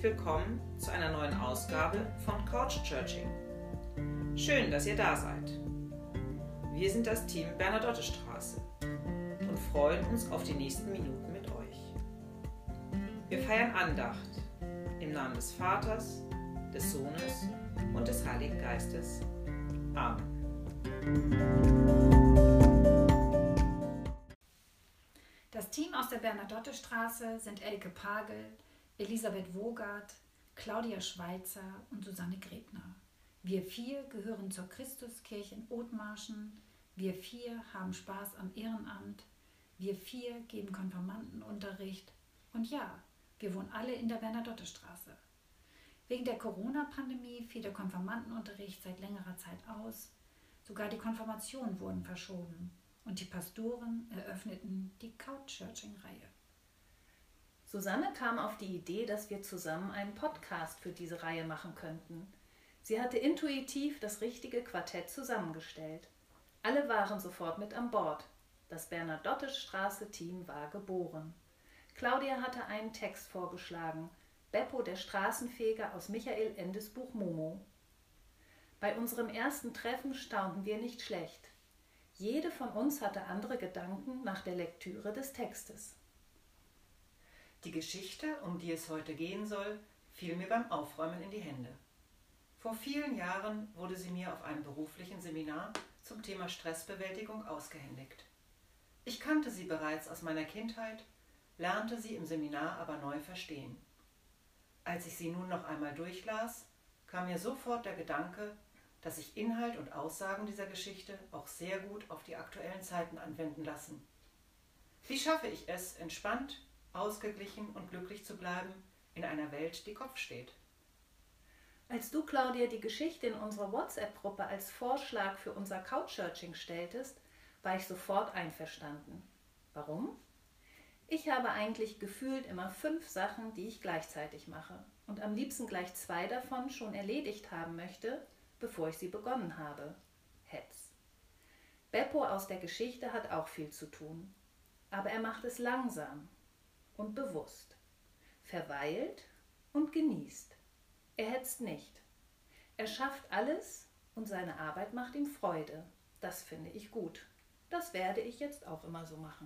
herzlich willkommen zu einer neuen Ausgabe von Couch Churching. Schön, dass ihr da seid. Wir sind das Team Bernadottestraße und freuen uns auf die nächsten Minuten mit euch. Wir feiern Andacht im Namen des Vaters, des Sohnes und des Heiligen Geistes. Amen. Das Team aus der Bernadottestraße sind Elke Pagel, Elisabeth Wogart, Claudia Schweitzer und Susanne Grebner. Wir 4 gehören zur Christuskirche in Othmarschen. Wir 4 haben Spaß am Ehrenamt. Wir 4 geben Konfirmandenunterricht. Und ja, wir wohnen alle in der Bernadottestraße. Wegen der Corona-Pandemie fiel der Konfirmandenunterricht seit längerer Zeit aus. Sogar die Konfirmationen wurden verschoben. Und die Pastoren eröffneten die Couch-Churching-Reihe. Susanne kam auf die Idee, dass wir zusammen einen Podcast für diese Reihe machen könnten. Sie hatte intuitiv das richtige Quartett zusammengestellt. Alle waren sofort mit an Bord. Das Bernadottestraße-Team war geboren. Claudia hatte einen Text vorgeschlagen, Beppo, der Straßenfeger aus Michael Endes Buch Momo. Bei unserem ersten Treffen staunten wir nicht schlecht. Jede von uns hatte andere Gedanken nach der Lektüre des Textes. Die Geschichte, um die es heute gehen soll, fiel mir beim Aufräumen in die Hände. Vor vielen Jahren wurde sie mir auf einem beruflichen Seminar zum Thema Stressbewältigung ausgehändigt. Ich kannte sie bereits aus meiner Kindheit, lernte sie im Seminar aber neu verstehen. Als ich sie nun noch einmal durchlas, kam mir sofort der Gedanke, dass sich Inhalt und Aussagen dieser Geschichte auch sehr gut auf die aktuellen Zeiten anwenden lassen. Wie schaffe ich es, entspannt, ausgeglichen und glücklich zu bleiben in einer Welt, die Kopf steht? Als du, Claudia, die Geschichte in unserer WhatsApp-Gruppe als Vorschlag für unser Couchsurfing stelltest, war ich sofort einverstanden. Warum? Ich habe eigentlich gefühlt immer 5 Sachen, die ich gleichzeitig mache und am liebsten gleich 2 davon schon erledigt haben möchte, bevor ich sie begonnen habe. Hetz. Beppo aus der Geschichte hat auch viel zu tun, aber er macht es langsam und bewusst, verweilt und genießt. Er hetzt nicht. Er schafft alles und seine Arbeit macht ihm Freude. Das finde ich gut. Das werde ich jetzt auch immer so machen.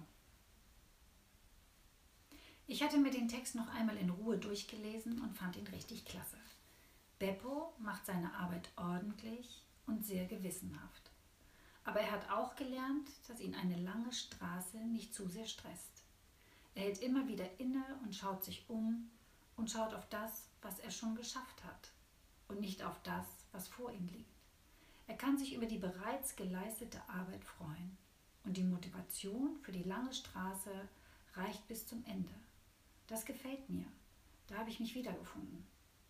Ich hatte mir den Text noch einmal in Ruhe durchgelesen und fand ihn richtig klasse. Beppo macht seine Arbeit ordentlich und sehr gewissenhaft. Aber er hat auch gelernt, dass ihn eine lange Straße nicht zu sehr stresst. Er hält immer wieder inne und schaut sich um und schaut auf das, was er schon geschafft hat und nicht auf das, was vor ihm liegt. Er kann sich über die bereits geleistete Arbeit freuen und die Motivation für die lange Straße reicht bis zum Ende. Das gefällt mir. Da habe ich mich wiedergefunden.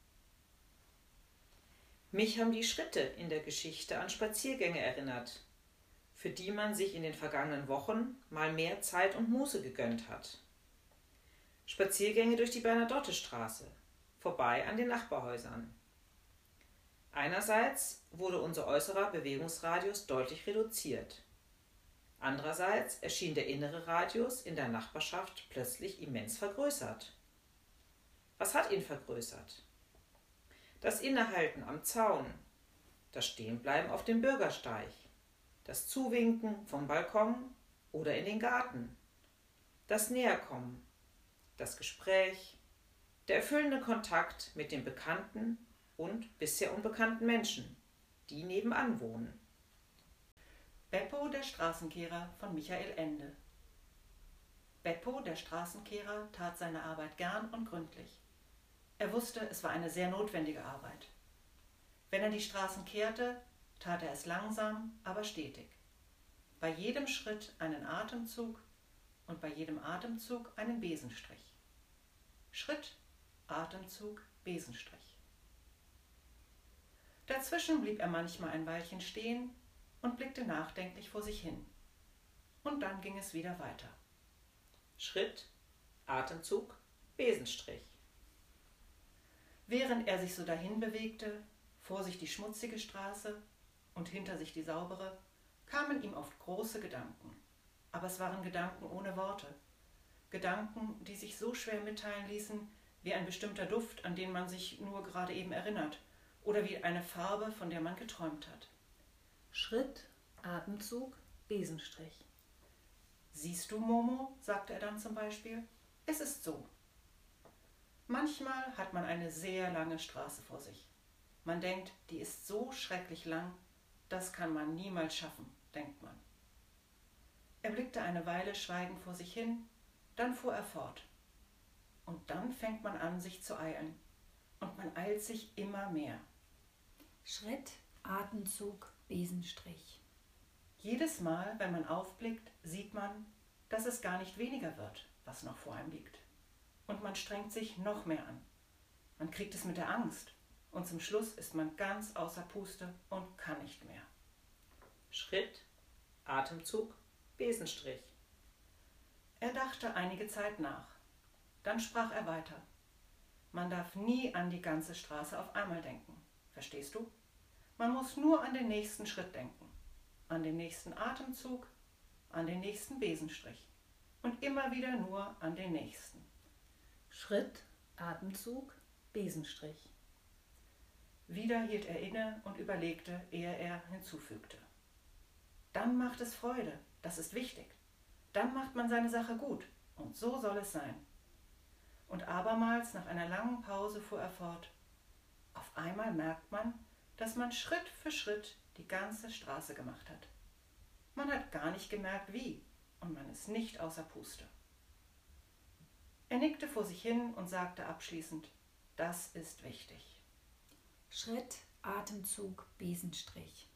Mich haben die Schritte in der Geschichte an Spaziergänge erinnert, für die man sich in den vergangenen Wochen mal mehr Zeit und Muße gegönnt hat. Spaziergänge durch die Bernadottestraße, vorbei an den Nachbarhäusern. Einerseits wurde unser äußerer Bewegungsradius deutlich reduziert. Andererseits erschien der innere Radius in der Nachbarschaft plötzlich immens vergrößert. Was hat ihn vergrößert? Das Innehalten am Zaun, das Stehenbleiben auf dem Bürgersteig, das Zuwinken vom Balkon oder in den Garten, das Näherkommen, das Gespräch, der erfüllende Kontakt mit den bekannten und bisher unbekannten Menschen, die nebenan wohnen. Beppo, der Straßenkehrer von Michael Ende. Beppo, der Straßenkehrer, tat seine Arbeit gern und gründlich. Er wusste, es war eine sehr notwendige Arbeit. Wenn er die Straßen kehrte, tat er es langsam, aber stetig. Bei jedem Schritt einen Atemzug und bei jedem Atemzug einen Besenstrich. Schritt, Atemzug, Besenstrich. Dazwischen blieb er manchmal ein Weilchen stehen und blickte nachdenklich vor sich hin. Und dann ging es wieder weiter. Schritt, Atemzug, Besenstrich. Während er sich so dahin bewegte, vor sich die schmutzige Straße und hinter sich die saubere, kamen ihm oft große Gedanken. Aber es waren Gedanken ohne Worte. Gedanken, die sich so schwer mitteilen ließen, wie ein bestimmter Duft, an den man sich nur gerade eben erinnert, oder wie eine Farbe, von der man geträumt hat. Schritt, Atemzug, Besenstrich. Siehst du, Momo, sagte er dann zum Beispiel, es ist so. Manchmal hat man eine sehr lange Straße vor sich. Man denkt, die ist so schrecklich lang, das kann man niemals schaffen, denkt man. Er blickte eine Weile schweigend vor sich hin, dann fuhr er fort. Und dann fängt man an, sich zu eilen. Und man eilt sich immer mehr. Schritt, Atemzug, Besenstrich. Jedes Mal, wenn man aufblickt, sieht man, dass es gar nicht weniger wird, was noch vor einem liegt. Und man strengt sich noch mehr an. Man kriegt es mit der Angst. Und zum Schluss ist man ganz außer Puste und kann nicht mehr. Schritt, Atemzug, Besenstrich. Er dachte einige Zeit nach. Dann sprach er weiter. Man darf nie an die ganze Straße auf einmal denken. Verstehst du? Man muss nur an den nächsten Schritt denken. An den nächsten Atemzug, an den nächsten Besenstrich. Und immer wieder nur an den nächsten. Schritt, Atemzug, Besenstrich. Wieder hielt er inne und überlegte, ehe er hinzufügte. Dann macht es Freude, das ist wichtig. Dann macht man seine Sache gut und so soll es sein. Und abermals nach einer langen Pause fuhr er fort. Auf einmal merkt man, dass man Schritt für Schritt die ganze Straße gemacht hat. Man hat gar nicht gemerkt, wie, und man ist nicht außer Puste. Er nickte vor sich hin und sagte abschließend, das ist wichtig. Schritt, Atemzug, Besenstrich.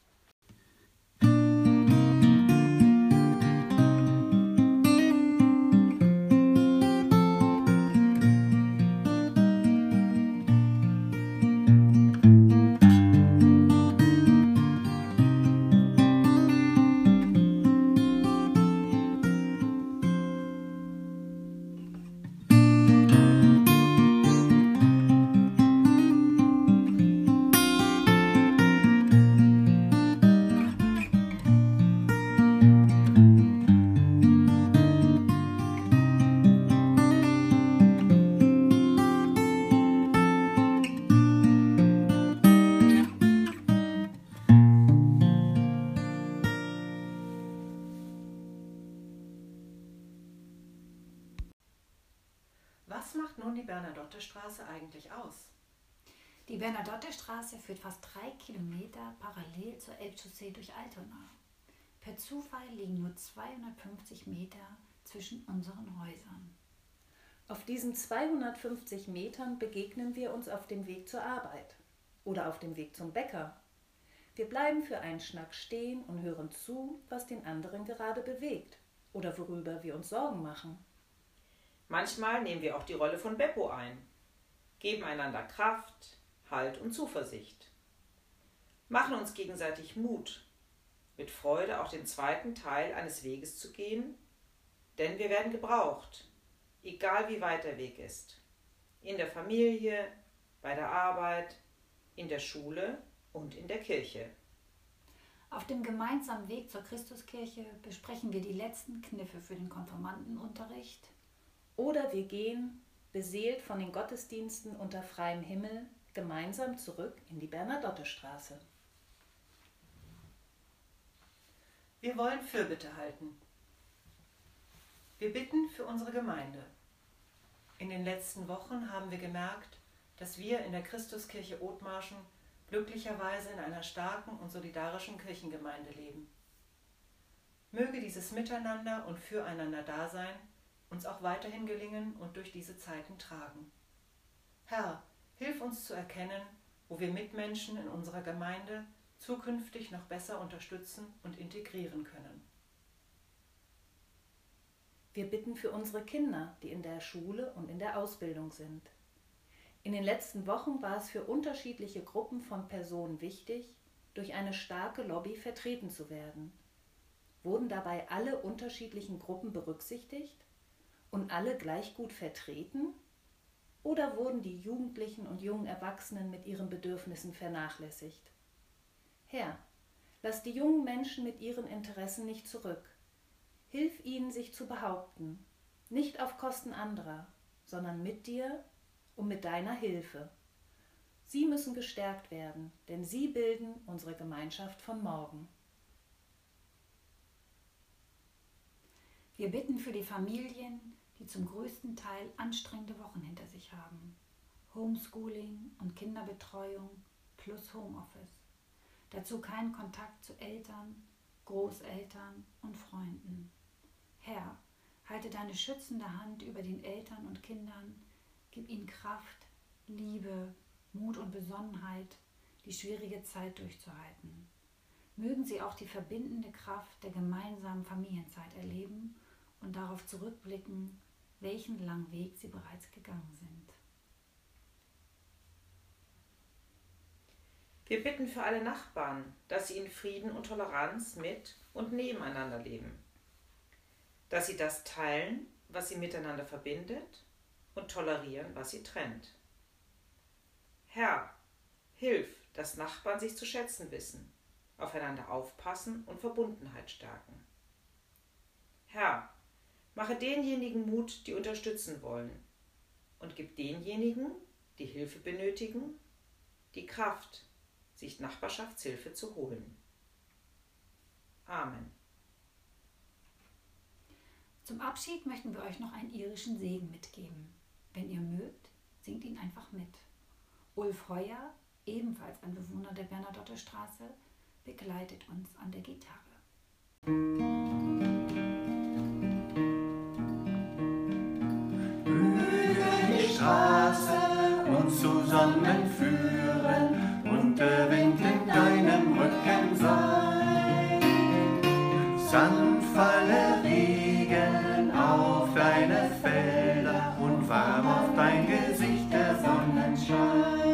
Was macht nun die Bernadottestraße eigentlich aus? Die Bernadottestraße führt fast 3 Kilometer parallel zur Elbchaussee durch Altona. Per Zufall liegen nur 250 Meter zwischen unseren Häusern. Auf diesen 250 Metern begegnen wir uns auf dem Weg zur Arbeit oder auf dem Weg zum Bäcker. Wir bleiben für einen Schnack stehen und hören zu, was den anderen gerade bewegt oder worüber wir uns Sorgen machen. Manchmal nehmen wir auch die Rolle von Beppo ein, geben einander Kraft, Halt und Zuversicht, machen uns gegenseitig Mut, mit Freude auch den zweiten Teil eines Weges zu gehen, denn wir werden gebraucht, egal wie weit der Weg ist, in der Familie, bei der Arbeit, in der Schule und in der Kirche. Auf dem gemeinsamen Weg zur Christuskirche besprechen wir die letzten Kniffe für den Konfirmandenunterricht. Oder wir gehen, beseelt von den Gottesdiensten unter freiem Himmel, gemeinsam zurück in die Bernadottestraße. Wir wollen Fürbitte halten. Wir bitten für unsere Gemeinde. In den letzten Wochen haben wir gemerkt, dass wir in der Christuskirche Othmarschen glücklicherweise in einer starken und solidarischen Kirchengemeinde leben. Möge dieses Miteinander und Füreinander-Dasein uns auch weiterhin gelingen und durch diese Zeiten tragen. Herr, hilf uns zu erkennen, wo wir Mitmenschen in unserer Gemeinde zukünftig noch besser unterstützen und integrieren können. Wir bitten für unsere Kinder, die in der Schule und in der Ausbildung sind. In den letzten Wochen war es für unterschiedliche Gruppen von Personen wichtig, durch eine starke Lobby vertreten zu werden. Wurden dabei alle unterschiedlichen Gruppen berücksichtigt und alle gleich gut vertreten? Oder wurden die Jugendlichen und jungen Erwachsenen mit ihren Bedürfnissen vernachlässigt? Herr, lass die jungen Menschen mit ihren Interessen nicht zurück. Hilf ihnen, sich zu behaupten, nicht auf Kosten anderer, sondern mit dir und mit deiner Hilfe. Sie müssen gestärkt werden, denn sie bilden unsere Gemeinschaft von morgen. Wir bitten für die Familien, die zum größten Teil anstrengende Wochen hinter sich haben. Homeschooling und Kinderbetreuung plus Homeoffice. Dazu kein Kontakt zu Eltern, Großeltern und Freunden. Herr, halte deine schützende Hand über den Eltern und Kindern, gib ihnen Kraft, Liebe, Mut und Besonnenheit, die schwierige Zeit durchzuhalten. Mögen sie auch die verbindende Kraft der gemeinsamen Familienzeit erleben und darauf zurückblicken, welchen langen Weg sie bereits gegangen sind. Wir bitten für alle Nachbarn, dass sie in Frieden und Toleranz mit und nebeneinander leben. Dass sie das teilen, was sie miteinander verbindet, und tolerieren, was sie trennt. Herr, hilf, dass Nachbarn sich zu schätzen wissen, aufeinander aufpassen und Verbundenheit stärken. Herr, mache denjenigen Mut, die unterstützen wollen, und gib denjenigen, die Hilfe benötigen, die Kraft, sich Nachbarschaftshilfe zu holen. Amen. Zum Abschied möchten wir euch noch einen irischen Segen mitgeben. Wenn ihr mögt, singt ihn einfach mit. Ulf Heuer, ebenfalls ein Bewohner der Bernadottestraße, begleitet uns an der Gitarre. Möge die Straße uns zusammenführen und der Wind in deinem Rücken sein. Sanft falle Regen auf deine Felder und warm auf dein Gesicht der Sonnenschein.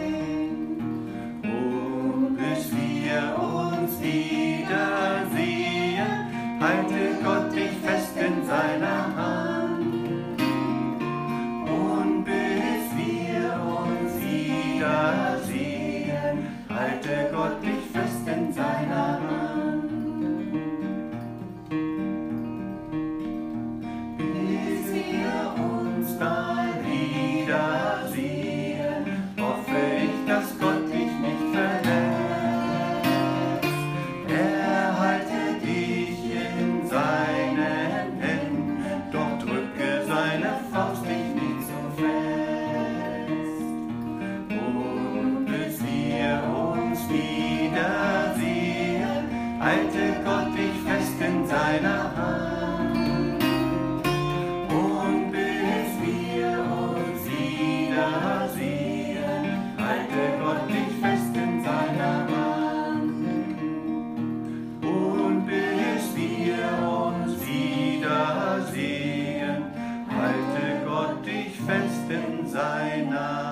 Und bis wir uns wiedersehen, halte Gott dich fest in seiner Hand. Und bis wir uns wiedersehen, halte Gott dich fest in seiner Hand. Bis wir uns mal wiedersehen, hoffe ich, dass Gott dich nicht verlässt. Er halte dich in seinen Händen, doch drücke seine Faust dich nicht so fest. Und bis wir uns wiedersehen, halte Gott dich fest in seiner Hand. Und bis wir uns wiedersehen, halte Gott dich fest in seiner Hand. Und bis wir uns wiedersehen, halte Gott dich fest in seiner Hand.